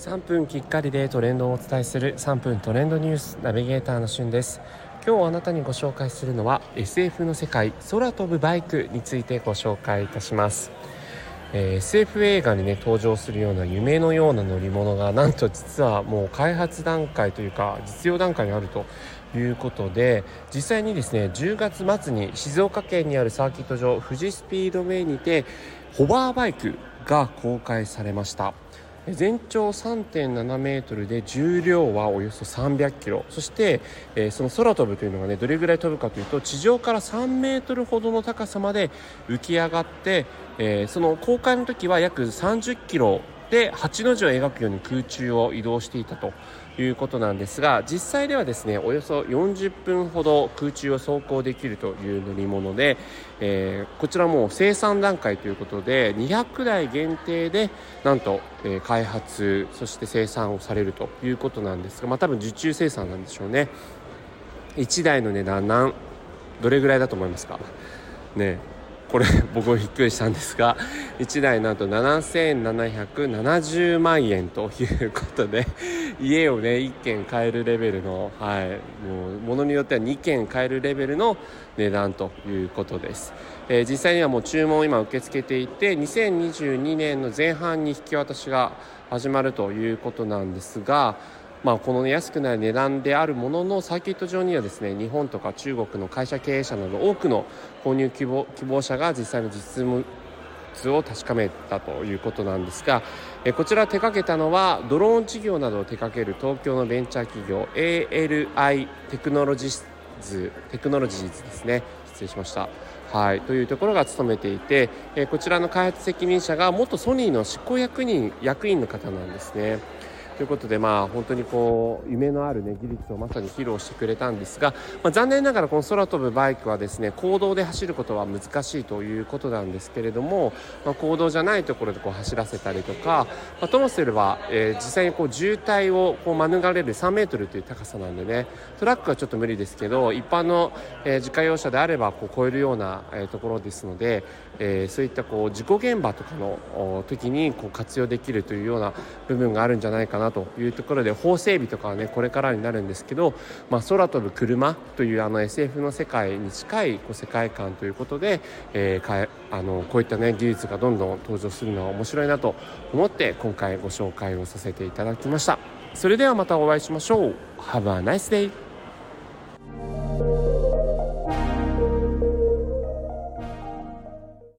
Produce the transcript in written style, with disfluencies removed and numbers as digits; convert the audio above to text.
3分きっかりでトレンドをお伝えする3分トレンドニュースナビゲーターのしゅんです。今日あなたにご紹介するのは SF の世界空飛ぶバイクについてご紹介いたします。SF 映画に登場するような夢のような乗り物がなんと実はもう開発段階というか実用段階にあるということで、実際に10月末に静岡県にあるサーキット場富士スピードウェイにてホバーバイクが公開されました。全長 3.7 メートルで重量はおよそ300キロ、そして、その空飛ぶというのがどれぐらい飛ぶかというと、地上から3メートルほどの高さまで浮き上がって、その公開の時は約30キロで8の字を描くように空中を移動していたということなんですが、実際ではおよそ40分ほど空中を走行できるという乗り物で、こちらも生産段階ということで200台限定でなんと、開発そして生産をされるということなんですが、多分受注生産なんでしょうね。1台の値段どれぐらいだと思いますかね。これ僕もびっくりしたんですが、1台なんと7770万円ということで、家を1軒買えるレベルの、もう物によっては2軒買えるレベルの値段ということです。実際にはもう注文を今受け付けていて、2022年の前半に引き渡しが始まるということなんですが、この安くない値段であるものの、サーキット場には日本とか中国の会社経営者など多くの購入希望者が実際の実物を確かめたということなんですが、こちら手掛けたのはドローン事業などを手掛ける東京のベンチャー企業 ALI テクノロジーズですね。失礼しました。というところが務めていて、こちらの開発責任者が元ソニーの執行役員の方なんですね。ということで、本当に夢のある技術をまさに披露してくれたんですが、残念ながらこの空飛ぶバイクは公道で走ることは難しいということなんですけれども、公道じゃないところで走らせたりとか、ともすれば、実際に渋滞を免れる3メートルという高さなんでトラックはちょっと無理ですけど、一般の、自家用車であれば超えるような、ところですので、そういった事故現場とかの時に活用できるというような部分があるんじゃないかなというところで、法整備とかはこれからになるんですけど、空飛ぶ車というSF の世界に近い世界観ということで、こういった技術がどんどん登場するのは面白いなと思って今回ご紹介をさせていただきました。それではまたお会いしましょう。Have a nice day!